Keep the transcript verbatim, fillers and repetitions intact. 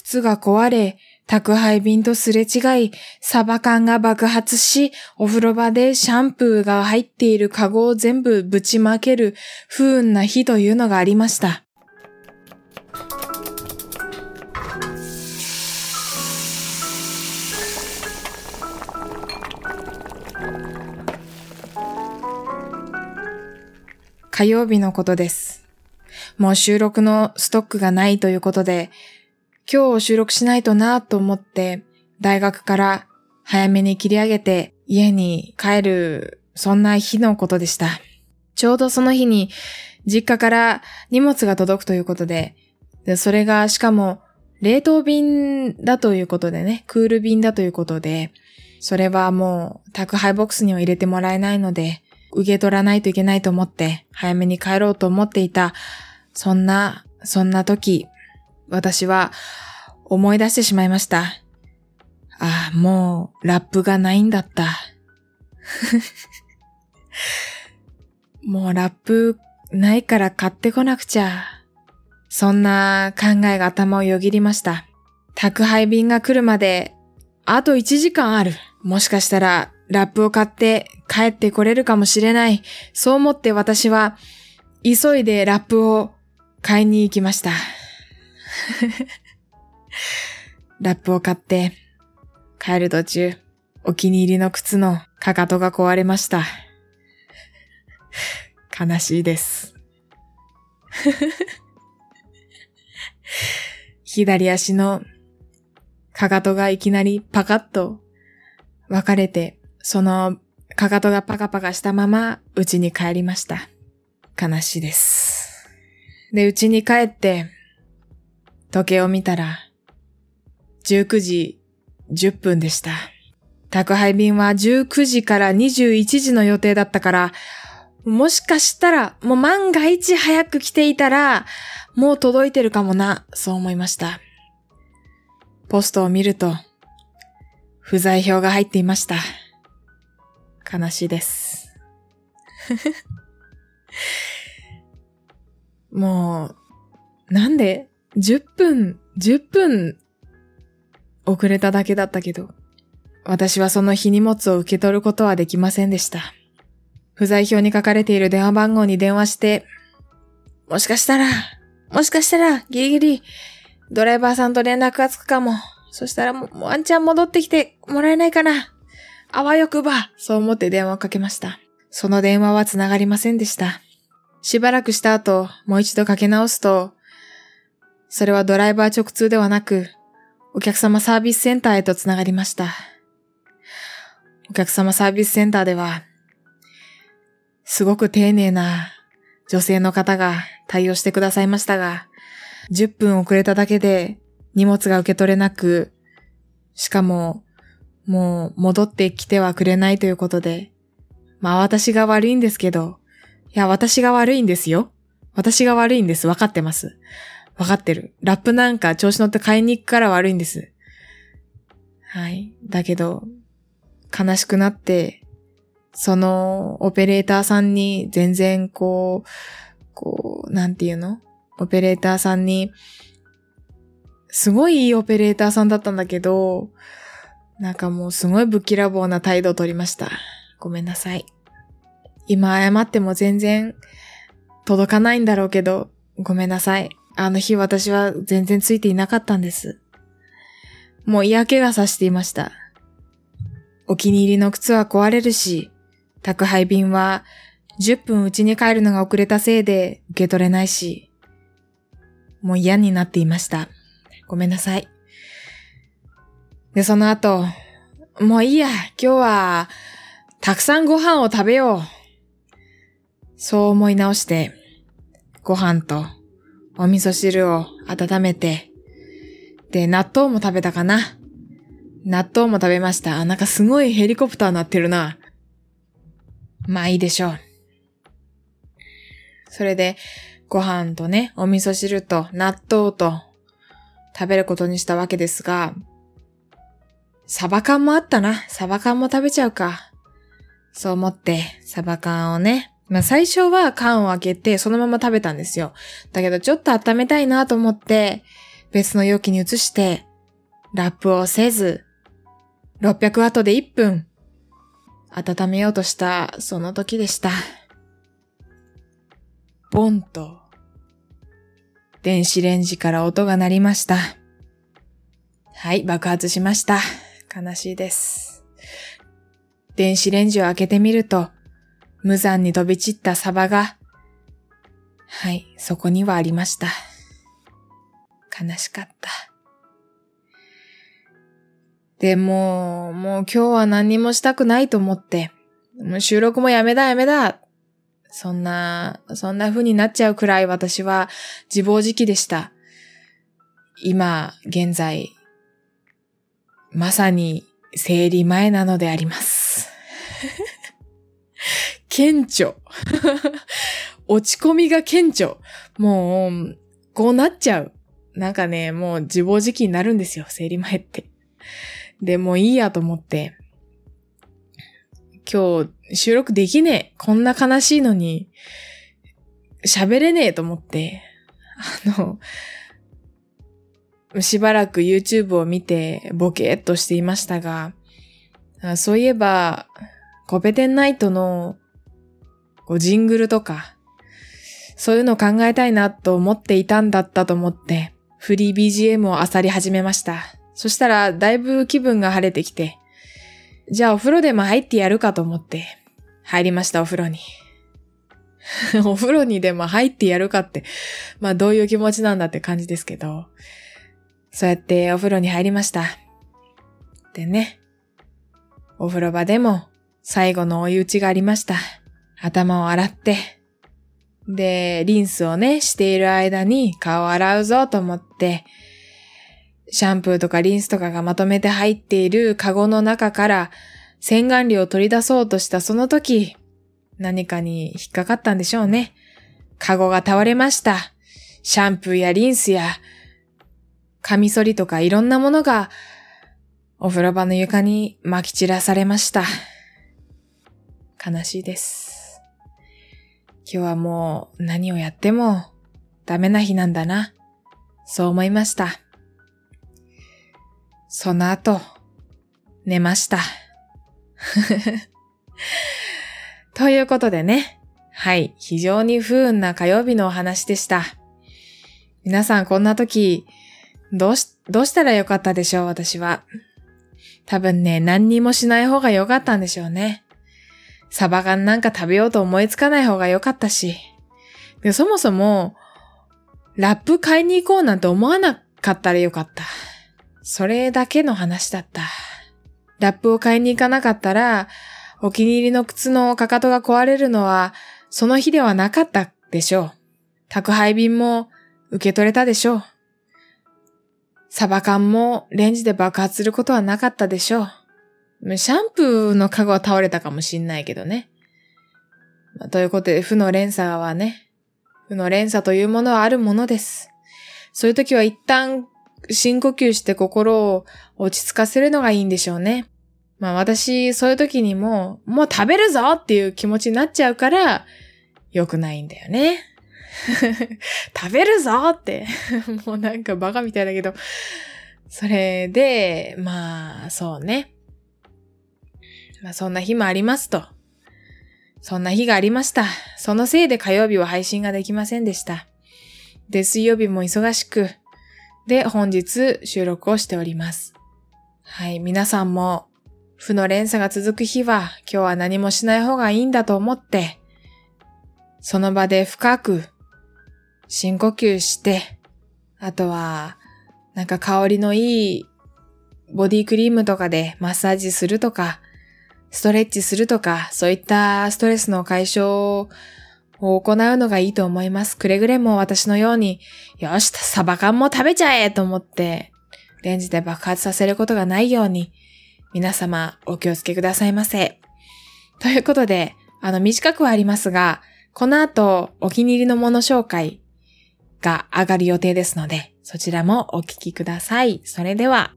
靴が壊れ、宅配便とすれ違い、サバ缶が爆発し、お風呂場でシャンプーが入っているカゴを全部ぶちまける不運な日というのがありました。火曜日のことです。もう収録のストックがないということで、今日収録しないとなと思って、大学から早めに切り上げて家に帰る、そんな日のことでした。ちょうどその日に実家から荷物が届くということで、でそれがしかも冷凍便だということでね、クール便だということで、それはもう宅配ボックスには入れてもらえないので、受け取らないといけないと思って、早めに帰ろうと思っていた、そんな、そんな時、私は思い出してしまいました。ああ、もうラップがないんだった。もうラップないから買ってこなくちゃ。そんな考えが頭をよぎりました。宅配便が来るまで、あといちじかんある。もしかしたら、ラップを買って帰ってこれるかもしれない。そう思って私は急いでラップを買いに行きました。ラップを買って帰る途中、お気に入りの靴のかかとが壊れました。悲しいです。左足のかかとがいきなりパカッと分かれて、そのかかとがパカパカしたまま家に帰りました。悲しいです。で、家に帰って時計を見たらじゅうくじじゅっぷんでした。宅配便はじゅうくじからにじゅういちじの予定だったから、もしかしたらもう万が一早く来ていたらもう届いてるかもな、そう思いました。ポストを見ると不在票が入っていました。悲しいです。もう、なんでじゅっぷん、じゅっぷん遅れただけだったけど、私はその日荷物を受け取ることはできませんでした。不在票に書かれている電話番号に電話して、もしかしたら、もしかしたらギリギリドライバーさんと連絡がつくかも。そしたらもうワンチャン戻ってきてもらえないかな。あわよくば、そう思って電話をかけました。その電話はつながりませんでした。しばらくした後、もう一度かけ直すと、それはドライバー直通ではなく、お客様サービスセンターへとつながりました。お客様サービスセンターでは、すごく丁寧な女性の方が対応してくださいましたが、じゅっぷん遅れただけで荷物が受け取れなく、しかも、もう戻ってきてはくれないということで、まあ私が悪いんですけど、いや私が悪いんですよ。私が悪いんです。わかってます。わかってる。ラップなんか調子乗って買いに行くから悪いんです。はい。だけど、悲しくなって、そのオペレーターさんに全然こう、こう、なんていうの？オペレーターさんに、すごいいいオペレーターさんだったんだけど、なんかもうすごいぶっきらぼうな態度を取りました。ごめんなさい。今謝っても全然届かないんだろうけど、ごめんなさい。あの日私は全然ついていなかったんです。もう嫌気がさしていました。お気に入りの靴は壊れるし、宅配便はじゅっぷん家に帰るのが遅れたせいで受け取れないし、もう嫌になっていました。ごめんなさい。で、その後、もういいや、今日はたくさんご飯を食べよう。そう思い直して、ご飯とお味噌汁を温めて、で、納豆も食べたかな。納豆も食べました。なんかすごいヘリコプター鳴ってるな。まあいいでしょう。それで、ご飯とね、お味噌汁と納豆と食べることにしたわけですが、サバ缶もあったな。サバ缶も食べちゃうか。そう思って、サバ缶をね、まあ最初は缶を開けてそのまま食べたんですよ。だけどちょっと温めたいなと思って、 別の容器に移して、ラップをせず、ろっぴゃくワットでいっぷん、温めようとしたその時でした。ボンと、電子レンジから音が鳴りました。はい、爆発しました。悲しいです。電子レンジを開けてみると、無残に飛び散ったサバが、はい、そこにはありました。悲しかった。でも、もう今日は何にもしたくないと思って、もう収録もやめだやめだ。そんな、そんな風になっちゃうくらい私は自暴自棄でした。今、現在、まさに生理前なのであります。顕著。落ち込みが顕著。もう、こうなっちゃう。なんかね、もう自暴自棄になるんですよ、生理前って。で、もういいやと思って。今日収録できねえ。こんな悲しいのに喋れねえと思って、あの、しばらく YouTube を見てボケーっとしていましたが、そういえば、コペテンナイトのこうジングルとか、そういうのを考えたいなと思っていたんだったと思って、フリー ビージーエム を漁り始めました。そしたら、だいぶ気分が晴れてきて、じゃあお風呂でも入ってやるかと思って、入りましたお風呂に。お風呂にでも入ってやるかって、まあどういう気持ちなんだって感じですけど、そうやってお風呂に入りました。でね、お風呂場でも最後の追い打ちがありました。頭を洗って、で、リンスをね、している間に顔を洗うぞと思って、シャンプーとかリンスとかがまとめて入っているカゴの中から洗顔料を取り出そうとしたその時、何かに引っかかったんでしょうね。カゴが倒れました。シャンプーやリンスやカミソリとかいろんなものがお風呂場の床に撒き散らされました。悲しいです。今日はもう何をやってもダメな日なんだな。そう思いました。その後、寝ました。ということでね。はい。非常に不運な火曜日のお話でした。皆さんこんな時、どうし、どうしたらよかったでしょう、私は。多分ね、何にもしない方がよかったんでしょうね。サバ缶なんか食べようと思いつかない方がよかったし。で、そもそも、ラップ買いに行こうなんて思わなかったらよかった。それだけの話だった。ラップを買いに行かなかったら、お気に入りの靴のかかとが壊れるのは、その日ではなかったでしょう。宅配便も受け取れたでしょう。サバ缶もレンジで爆発することはなかったでしょう。シャンプーのカゴは倒れたかもしんないけどね。まあ、ということで、負の連鎖はね、負の連鎖というものはあるものです。そういう時は一旦、深呼吸して心を落ち着かせるのがいいんでしょうね。まあ私、そういう時にも、もう食べるぞっていう気持ちになっちゃうから、良くないんだよね。食べるぞって。もうなんかバカみたいだけど。それで、まあ、そうね。まあそんな日もありますと。そんな日がありました。そのせいで火曜日は配信ができませんでした。で、水曜日も忙しく、で、本日収録をしております。はい、皆さんも負の連鎖が続く日は今日は何もしない方がいいんだと思って、その場で深く深呼吸して、あとはなんか香りのいいボディクリームとかでマッサージするとか、ストレッチするとか、そういったストレスの解消を行うのがいいと思います。くれぐれも私のように、よし、サバ缶も食べちゃえと思って、レンジで爆発させることがないように、皆様お気をつけくださいませ。ということで、あの短くはありますが、この後お気に入りのもの紹介が上がる予定ですので、そちらもお聞きください。それでは。